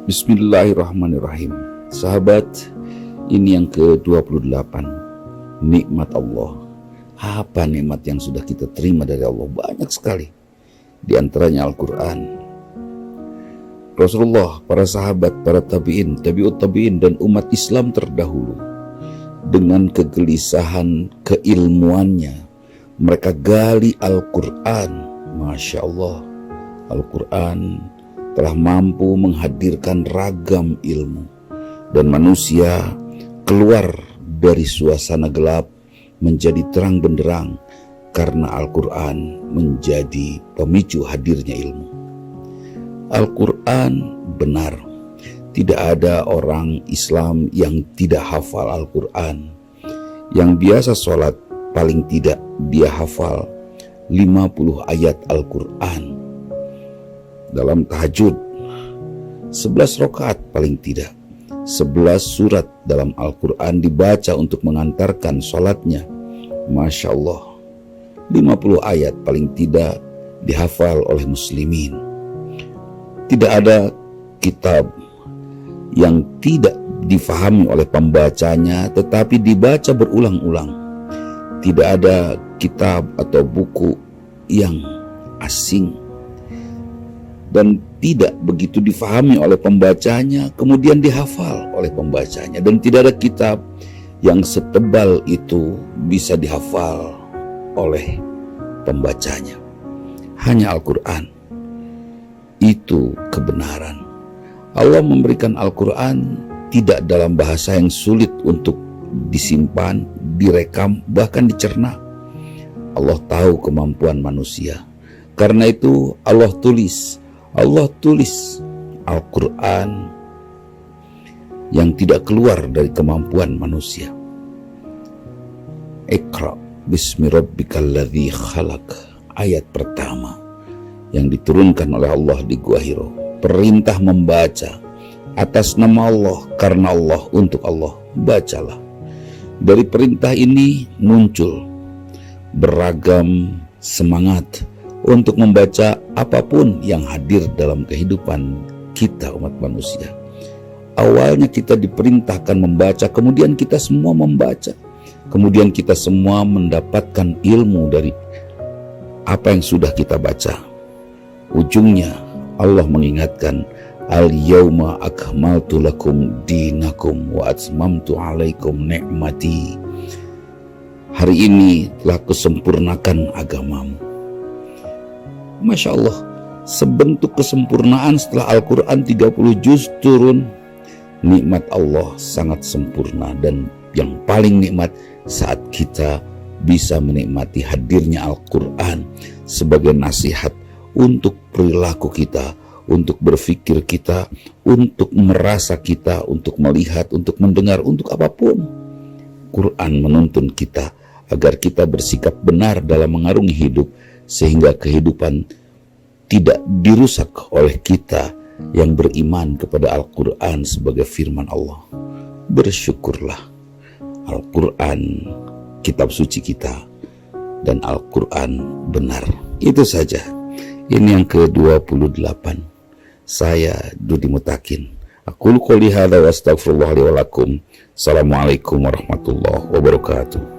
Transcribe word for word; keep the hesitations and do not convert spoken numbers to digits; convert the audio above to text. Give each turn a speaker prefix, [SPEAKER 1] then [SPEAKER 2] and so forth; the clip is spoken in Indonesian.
[SPEAKER 1] Bismillahirrahmanirrahim. Sahabat, ini yang ke dua puluh delapan. Nikmat Allah. Apa nikmat yang sudah kita terima dari Allah? Banyak sekali. Di antaranya Al-Quran. Rasulullah, para sahabat, para tabi'in, tabi'ut tabi'in, dan umat Islam terdahulu, dengan kegelisahan keilmuannya, mereka gali Al-Quran. Masya Allah, Al-Quran telah mampu menghadirkan ragam ilmu, dan manusia keluar dari suasana gelap menjadi terang benderang karena Al-Quran menjadi pemicu hadirnya ilmu. Al-Quran benar. Tidak ada orang Islam yang tidak hafal Al-Quran. Yang biasa sholat paling tidak dia hafal lima puluh ayat Al-Quran. Dalam tahajud sebelas rakaat paling tidak, sebelas surat dalam Al-Quran dibaca untuk mengantarkan sholatnya. Masya Allah, lima puluh ayat paling tidak dihafal oleh muslimin. Tidak ada kitab yang tidak difahami oleh pembacanya tetapi dibaca berulang-ulang. Tidak ada kitab atau buku yang asing dan tidak begitu difahami oleh pembacanya kemudian dihafal oleh pembacanya, dan tidak ada kitab yang setebal itu bisa dihafal oleh pembacanya. Hanya Al-Quran. Itu kebenaran. Allah memberikan Al-Quran tidak dalam bahasa yang sulit untuk disimpan, direkam, bahkan dicerna. Allah tahu kemampuan manusia. Karena itu Allah tulis Allah tulis Al-Quran yang tidak keluar dari kemampuan manusia. Iqra bismi rabbikal ladzi khalaq, ayat pertama yang diturunkan oleh Allah di Gua Hiro. Perintah membaca atas nama Allah, karena Allah, untuk Allah. Bacalah. Dari perintah ini muncul beragam semangat untuk membaca apapun yang hadir dalam kehidupan kita umat manusia. Awalnya kita diperintahkan membaca, kemudian kita semua membaca. Kemudian kita semua mendapatkan ilmu dari apa yang sudah kita baca. Ujungnya Allah mengingatkan, Al-yawma akmaltu lakum dinakum wa atmamtu alaikum ni'mati. Hari ini telah kusempurnakan agamamu. Masya Allah, sebentuk kesempurnaan setelah Al-Quran tiga puluh juz turun. Nikmat Allah sangat sempurna, dan yang paling nikmat saat kita bisa menikmati hadirnya Al-Quran sebagai nasihat untuk perilaku kita, untuk berpikir kita, untuk merasa kita, untuk melihat, untuk mendengar, untuk apapun. Quran menuntun kita agar kita bersikap benar dalam mengarungi hidup, sehingga kehidupan tidak dirusak oleh kita yang beriman kepada Al-Quran sebagai firman Allah. Bersyukurlah, Al-Quran kitab suci kita, dan Al-Quran benar. Itu saja. Ini yang ke dua puluh delapan. Saya Dudi Mutakin. Aqulu qouli hadza wa astaghfirullah li wa lakum. Assalamualaikum warahmatullahi wabarakatuh.